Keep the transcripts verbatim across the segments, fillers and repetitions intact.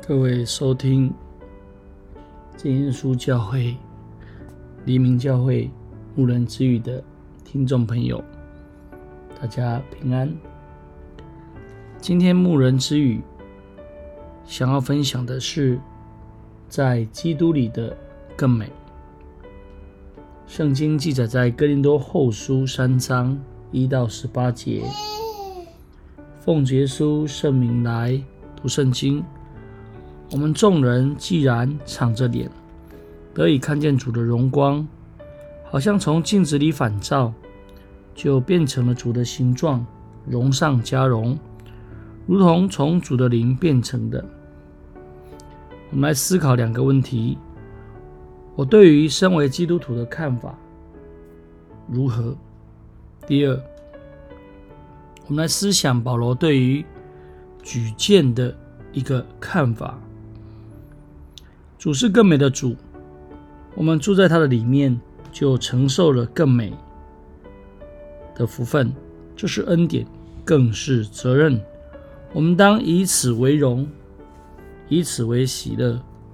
各位收听真耶稣教会黎明教会牧人之语的听众朋友，大家平安。今天牧人之语想要分享的是在基督里的更美。圣经记载在哥林多后书三章一到十八节。奉耶稣圣名来读圣经。我们众人既然敞着脸得以看见主的荣光，好像从镜子里反照，就变成了主的形状，荣上加荣，如同从主的灵变成的。我们来思考两个问题：我对于身为基督徒的看法如何？第二，我们来思想保罗对于举荐的一个看法。主是更美的主，我们住在他的里面，就承受了更美的福分，这是恩典，更是责任。我们当以此为荣，以此为喜乐。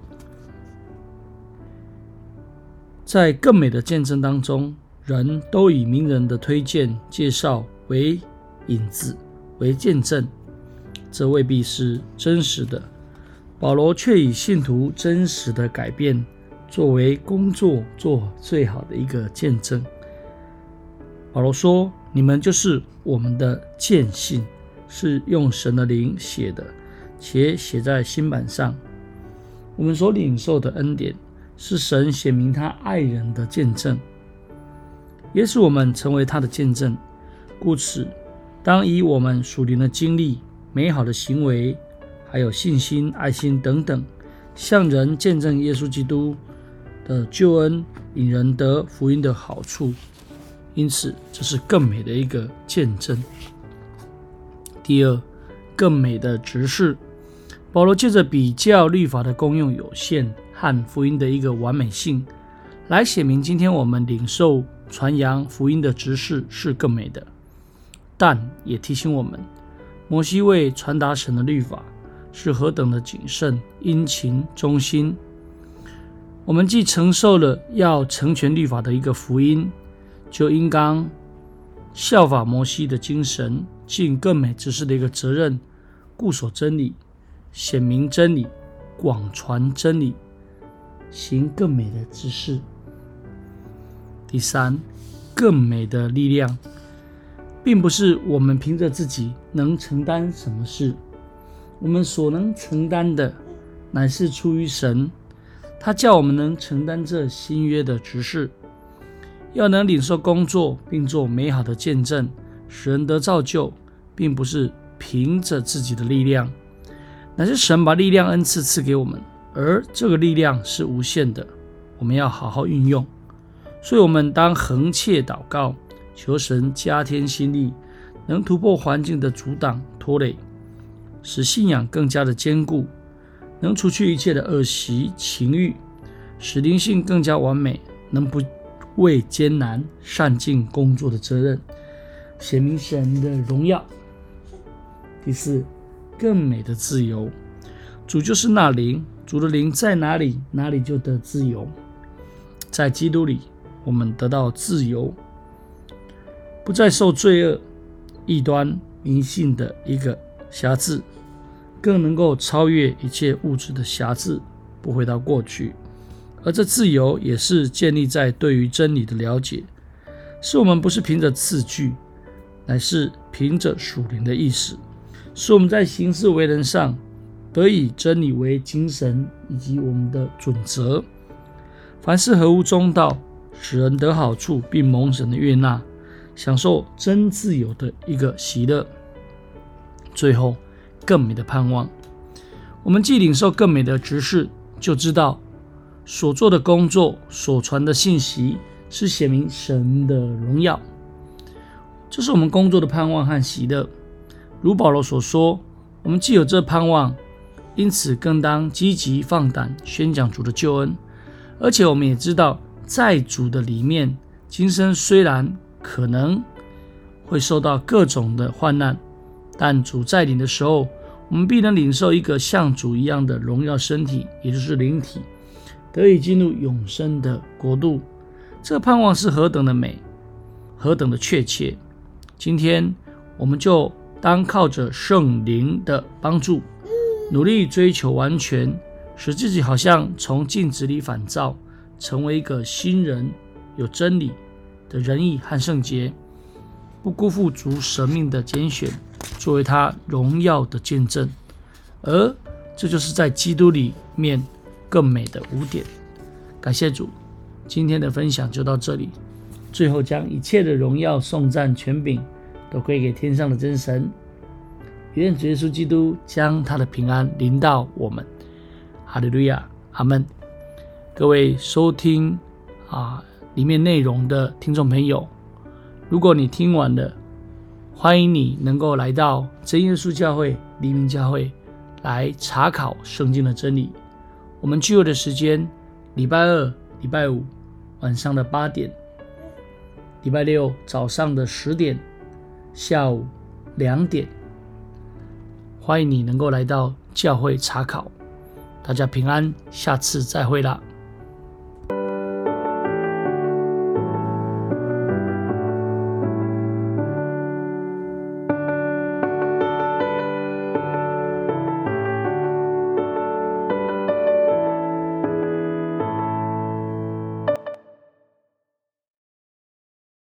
在更美的见证当中，人都以名人的推荐介绍为引子，为见证，这未必是真实的。保罗却以信徒真实的改变作为工作做最好的一个见证。保罗说，你们就是我们的见信，是用神的灵写的，且写在心版上。我们所领受的恩典是神显明他爱人的见证，也使我们成为他的见证。故此当以我们属灵的经历、美好的行为，还有信心、爱心等等，向人见证耶稣基督的救恩，引人得福音的好处。因此这是更美的一个见证。第二，更美的执事。保罗借着比较律法的功用有限和福音的一个完美性，来写明今天我们领受传扬福音的执事是更美的，但也提醒我们，摩西为传达神的律法是何等的谨慎、殷勤、忠心。我们既承受了要成全律法的一个福音，就应当效法摩西的精神，尽更美执事的一个责任，固守真理，显明真理，广传真理，行更美的执事。第三，更美的力量，并不是我们凭着自己能承担什么事，我们所能承担的乃是出于神，他叫我们能承担这新约的职事，要能领受工作，并做美好的见证，使人得造就，并不是凭着自己的力量，乃是神把力量恩赐赐给我们，而这个力量是无限的，我们要好好运用。所以我们当恒切祷告，求神加添心力，能突破环境的阻挡拖累，使信仰更加的坚固，能除去一切的恶习情欲，使灵性更加完美，能不畏艰难，善尽工作的责任，显明神的荣耀。第四，更美的自由。主就是那灵，主的灵在哪里，哪里就得自由。在基督里，我们得到自由，不再受罪恶、异端、迷信的一个辖制，更能够超越一切物质的辖制，不回到过去。而这自由也是建立在对于真理的了解，是我们不是凭着字句，乃是凭着属灵的意识，使我们在行事为人上得以真理为精神以及我们的准则。凡事合乎中道，使人得好处，并蒙神的悦纳，享受真自由的一个喜乐。最后，更美的盼望。我们既领受更美的职事，就知道所做的工作、所传的信息是显明神的荣耀，这是我们工作的盼望和喜乐。如保罗所说，我们既有这盼望，因此更当积极放胆宣讲主的救恩。而且我们也知道，在主的里面，今生虽然可能会受到各种的患难，但主在临的时候， 我们必能领受一个像主一样的荣耀身体，也就是灵体，得以进入永生的国度。这个盼望是何等的美，何等的确切！今天我们就当靠着圣灵的帮助，努力追求完全，使自己好像从镜子里反照，成为一个新人，有真理的仁义和圣洁，不辜负主舍命的拣选，作为他荣耀的见证。而这就是在基督里面更美的污点。感谢主，今天的分享就到这里。最后将一切的荣耀、颂赞、权柄都归给天上的真神。愿主耶稣基督将他的平安临到我们。哈利路亚，阿们。各位收听啊里面内容的听众朋友，如果你听完了，欢迎你能够来到真耶稣教会黎明教会来查考圣经的真理。我们聚会的时间，礼拜二、礼拜五晚上的八点，礼拜六早上的十点，下午两点。欢迎你能够来到教会查考。大家平安，下次再会啦。